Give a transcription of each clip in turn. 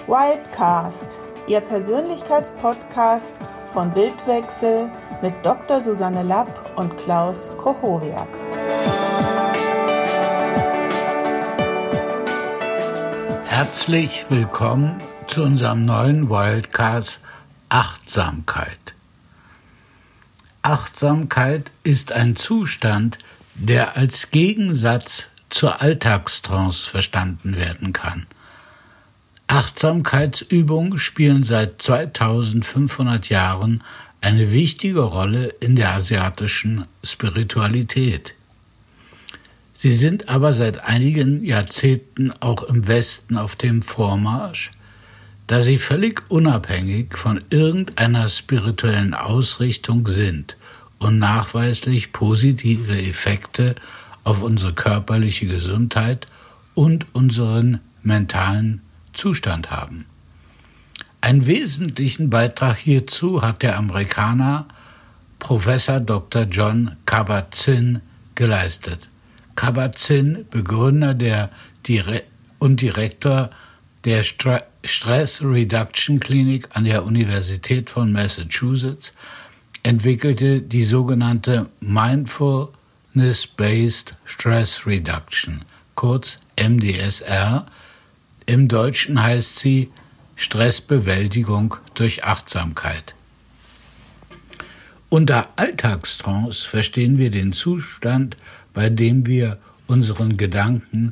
Wildcast, Ihr Persönlichkeitspodcast von Wildwechsel mit Dr. Susanne Lapp und Klaus Kochowiak. Herzlich willkommen zu unserem neuen Wildcast Achtsamkeit. Achtsamkeit ist ein Zustand, der als Gegensatz zur Alltagstrance verstanden werden kann. Achtsamkeitsübungen spielen seit 2500 Jahren eine wichtige Rolle in der asiatischen Spiritualität. Sie sind aber seit einigen Jahrzehnten auch im Westen auf dem Vormarsch, da sie völlig unabhängig von irgendeiner spirituellen Ausrichtung sind und nachweislich positive Effekte auf unsere körperliche Gesundheit und unseren mentalen Zustand haben. Einen wesentlichen Beitrag hierzu hat der Amerikaner Professor Dr. Jon Kabat-Zinn geleistet. Kabat-Zinn, Begründer und Direktor der Stress Reduction Clinic an der Universität von Massachusetts, entwickelte die sogenannte Mindfulness-Based Stress Reduction, kurz MDSR. Im Deutschen heißt sie Stressbewältigung durch Achtsamkeit. Unter Alltagstrance verstehen wir den Zustand, bei dem wir mit unseren Gedanken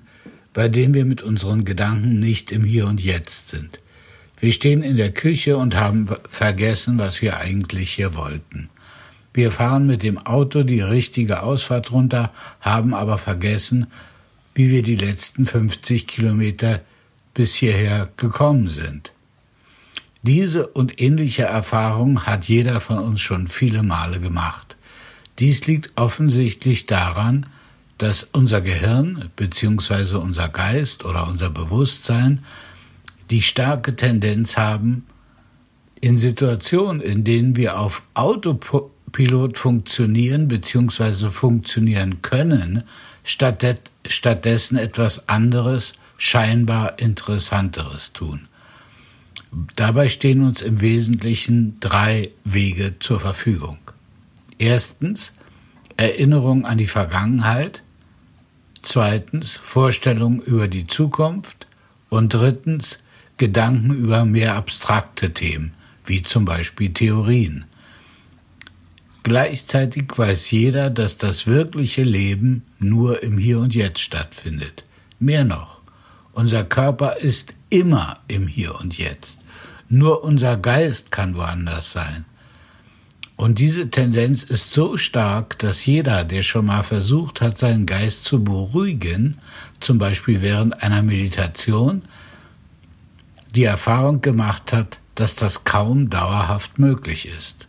nicht im Hier und Jetzt sind. Wir stehen in der Küche und haben vergessen, was wir eigentlich hier wollten. Wir fahren mit dem Auto die richtige Ausfahrt runter, haben aber vergessen, wie wir die letzten 50 Kilometer bis hierher gekommen sind. Diese und ähnliche Erfahrungen hat jeder von uns schon viele Male gemacht. Dies liegt offensichtlich daran, dass unser Gehirn bzw. unser Geist oder unser Bewusstsein die starke Tendenz haben, in Situationen, in denen wir auf Autopilot funktionieren bzw. funktionieren können, stattdessen etwas anderes, scheinbar Interessanteres tun. Dabei stehen uns im Wesentlichen 3 Wege zur Verfügung. Erstens Erinnerung an die Vergangenheit, zweitens Vorstellungen über die Zukunft und drittens Gedanken über mehr abstrakte Themen, wie zum Beispiel Theorien. Gleichzeitig weiß jeder, dass das wirkliche Leben nur im Hier und Jetzt stattfindet. Mehr noch, unser Körper ist immer im Hier und Jetzt. Nur unser Geist kann woanders sein. Und diese Tendenz ist so stark, dass jeder, der schon mal versucht hat, seinen Geist zu beruhigen, zum Beispiel während einer Meditation, die Erfahrung gemacht hat, dass das kaum dauerhaft möglich ist.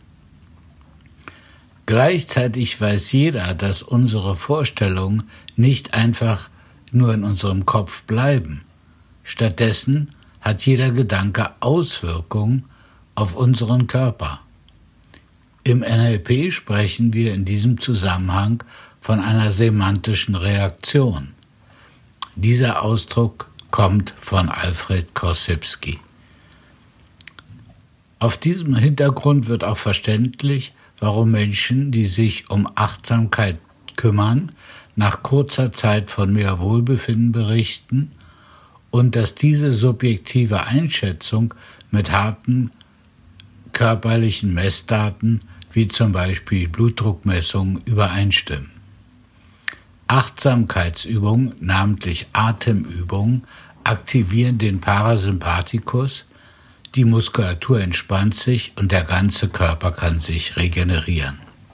Gleichzeitig weiß jeder, dass unsere Vorstellungen nicht einfach nur in unserem Kopf bleiben. Stattdessen hat jeder Gedanke Auswirkungen auf unseren Körper. Im NLP sprechen wir in diesem Zusammenhang von einer semantischen Reaktion. Dieser Ausdruck kommt von Alfred Korzybski. Auf diesem Hintergrund wird auch verständlich, warum Menschen, die sich um Achtsamkeit kümmern, nach kurzer Zeit von mehr Wohlbefinden berichten und dass diese subjektive Einschätzung mit harten körperlichen Messdaten wie zum Beispiel Blutdruckmessungen übereinstimmen. Achtsamkeitsübungen, namentlich Atemübungen, aktivieren den Parasympathikus, die Muskulatur entspannt sich und der ganze Körper kann sich regenerieren.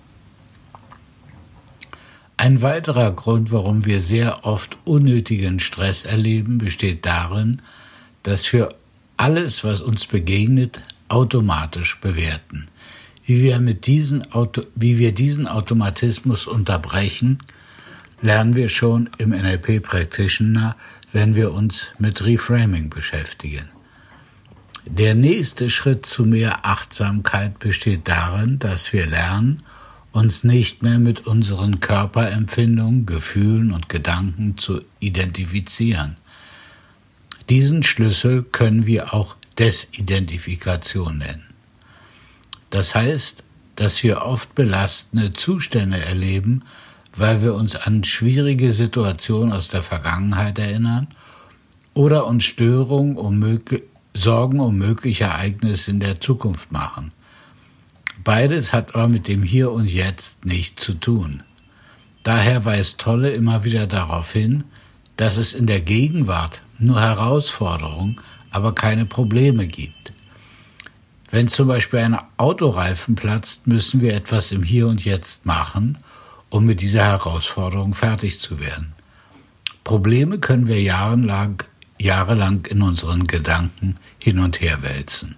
Ein weiterer Grund, warum wir sehr oft unnötigen Stress erleben, besteht darin, dass wir alles, was uns begegnet, automatisch bewerten. Wie wir diesen Automatismus unterbrechen, lernen wir schon im NLP Practitioner, wenn wir uns mit Reframing beschäftigen. Der nächste Schritt zu mehr Achtsamkeit besteht darin, dass wir lernen, uns nicht mehr mit unseren Körperempfindungen, Gefühlen und Gedanken zu identifizieren. Diesen Schlüssel können wir auch Desidentifikation nennen. Das heißt, dass wir oft belastende Zustände erleben, weil wir uns an schwierige Situationen aus der Vergangenheit erinnern oder uns Sorgen um mögliche Ereignisse in der Zukunft machen. Beides hat aber mit dem Hier und Jetzt nichts zu tun. Daher weist Tolle immer wieder darauf hin, dass es in der Gegenwart nur Herausforderungen, aber keine Probleme gibt. Wenn zum Beispiel ein Autoreifen platzt, müssen wir etwas im Hier und Jetzt machen, um mit dieser Herausforderung fertig zu werden. Probleme können wir jahrelang in unseren Gedanken hin und her wälzen.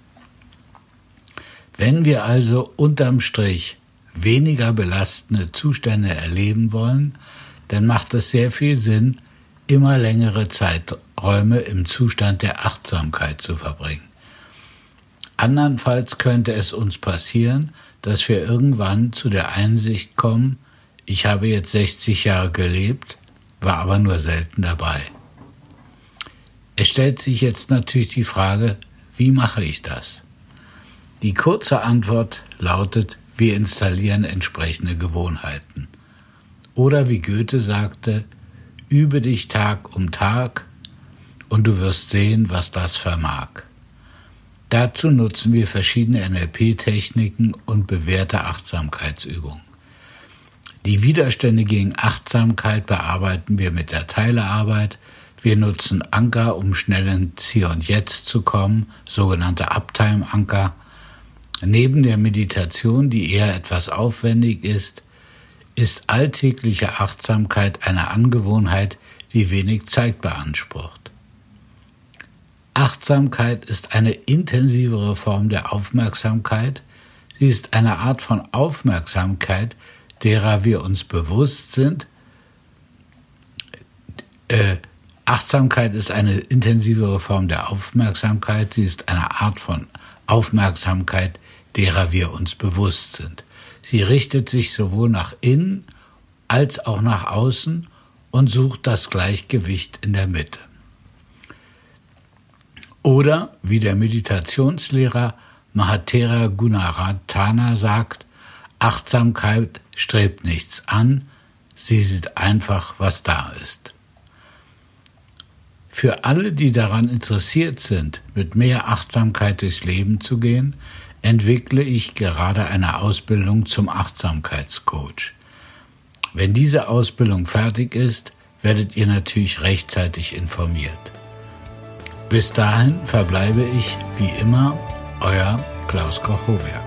Wenn wir also unterm Strich weniger belastende Zustände erleben wollen, dann macht es sehr viel Sinn, immer längere Zeiträume im Zustand der Achtsamkeit zu verbringen. Andernfalls könnte es uns passieren, dass wir irgendwann zu der Einsicht kommen, ich habe jetzt 60 Jahre gelebt, war aber nur selten dabei. Es stellt sich jetzt natürlich die Frage, wie mache ich das? Die kurze Antwort lautet, wir installieren entsprechende Gewohnheiten. Oder wie Goethe sagte, übe dich Tag um Tag und du wirst sehen, was das vermag. Dazu nutzen wir verschiedene NLP-Techniken und bewährte Achtsamkeitsübungen. Die Widerstände gegen Achtsamkeit bearbeiten wir mit der Teilearbeit. Wir nutzen Anker, um schnell ins Hier und Jetzt zu kommen, sogenannte Uptime-Anker. Neben der Meditation, die eher etwas aufwendig ist alltägliche Achtsamkeit eine Angewohnheit, die wenig Zeit beansprucht. Achtsamkeit ist eine intensivere Form der Aufmerksamkeit. Sie ist eine Art von Aufmerksamkeit, derer wir uns bewusst sind. Achtsamkeit ist eine intensivere Form der Aufmerksamkeit. Sie ist eine Art von Aufmerksamkeit, derer wir uns bewusst sind. Sie richtet sich sowohl nach innen als auch nach außen und sucht das Gleichgewicht in der Mitte. Oder, wie der Meditationslehrer Mahatera Gunaratana sagt, Achtsamkeit strebt nichts an, sie sieht einfach, was da ist. Für alle, die daran interessiert sind, mit mehr Achtsamkeit durchs Leben zu gehen, entwickle ich gerade eine Ausbildung zum Achtsamkeitscoach. Wenn diese Ausbildung fertig ist, werdet ihr natürlich rechtzeitig informiert. Bis dahin verbleibe ich, wie immer, euer Klaus Koch-Howerk.